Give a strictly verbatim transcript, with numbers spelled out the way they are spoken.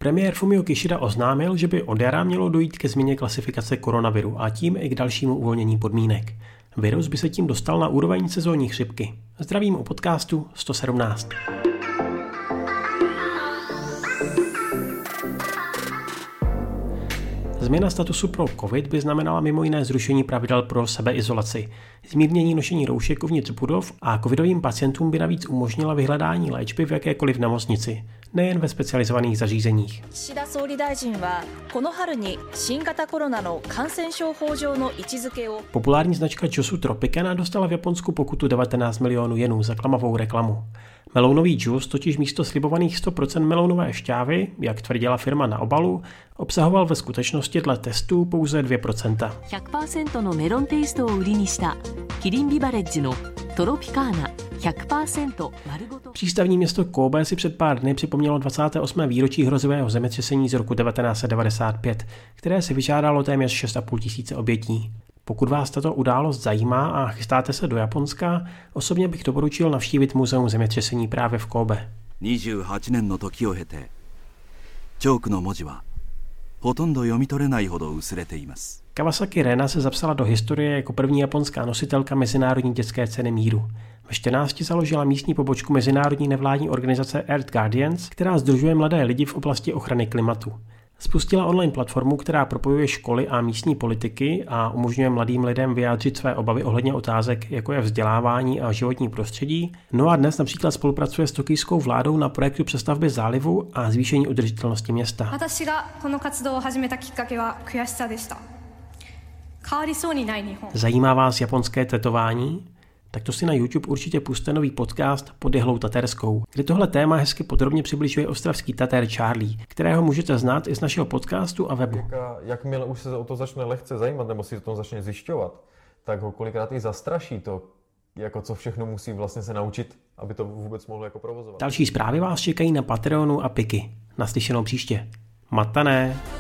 Premiér Fumio Kishida oznámil, že by od jara mělo dojít ke změně klasifikace koronaviru a tím i k dalšímu uvolnění podmínek. Virus by se tím dostal na úroveň sezónní chřipky. Zdravím u podcastu sto sedmnáct. Změna statusu pro COVID by znamenala mimo jiné zrušení pravidel pro sebeizolaci, zmírnění nošení roušek uvnitř budov a covidovým pacientům by navíc umožnila vyhledání léčby v jakékoliv nemocnici, nejen ve specializovaných zařízeních. Populární značka džusu Tropicana dostala v Japonsku pokutu devatenáct milionů jenů za klamavou reklamu. Melounový džus totiž místo slibovaných sto procent melounové šťávy, jak tvrdila firma na obalu, obsahoval ve skutečnosti dle testů pouze dvě procenta. sto procentのメロンテイストを売りにしたキリンビバレッジのトロピカーナsto procent丸ごと。 Přístavní město Kobe si před pár dny připomnělo dvacáté osmé výročí hrozivého zemětřesení z roku devatenáct set devadesát pět, které si vyžádalo téměř šest a půl tisíce obětí. Pokud vás tato událost zajímá a chystáte se do Japonska, osobně bych doporučil navštívit muzeum zemětřesení právě v Kobe. にじゅうはちねんの時を経て、チョークの文字はほとんど読み取れないほど薄れています。 Kawasaki Rena se zapsala do historie jako první japonská nositelka Mezinárodní dětské ceny míru. Ve čtrnácti založila místní pobočku mezinárodní nevládní organizace Earth Guardians, která sdružuje mladé lidi v oblasti ochrany klimatu. Spustila online platformu, která propojuje školy a místní politiky a umožňuje mladým lidem vyjádřit své obavy ohledně otázek, jako je vzdělávání a životní prostředí. No a dnes například spolupracuje s tokijskou vládou na projektu přestavby zálivu a zvýšení udržitelnosti města. Zajímá vás japonské tetování? Tak to si na YouTube určitě puste nový podcast Pod jehlou taterskou, kde tohle téma hezky podrobně přibližuje ostravský Tatér Charlie, kterého můžete znát i z našeho podcastu a webu. Jak, jakmile už se o to začne lehce zajímat nebo si o tom začne zjišťovat, tak ho kolikrát i zastraší to, jako co všechno musí vlastně se naučit, aby to vůbec mohlo jako provozovat. Další zprávy vás čekají na Patreonu a Piky. Naslyšenou příště. Matané!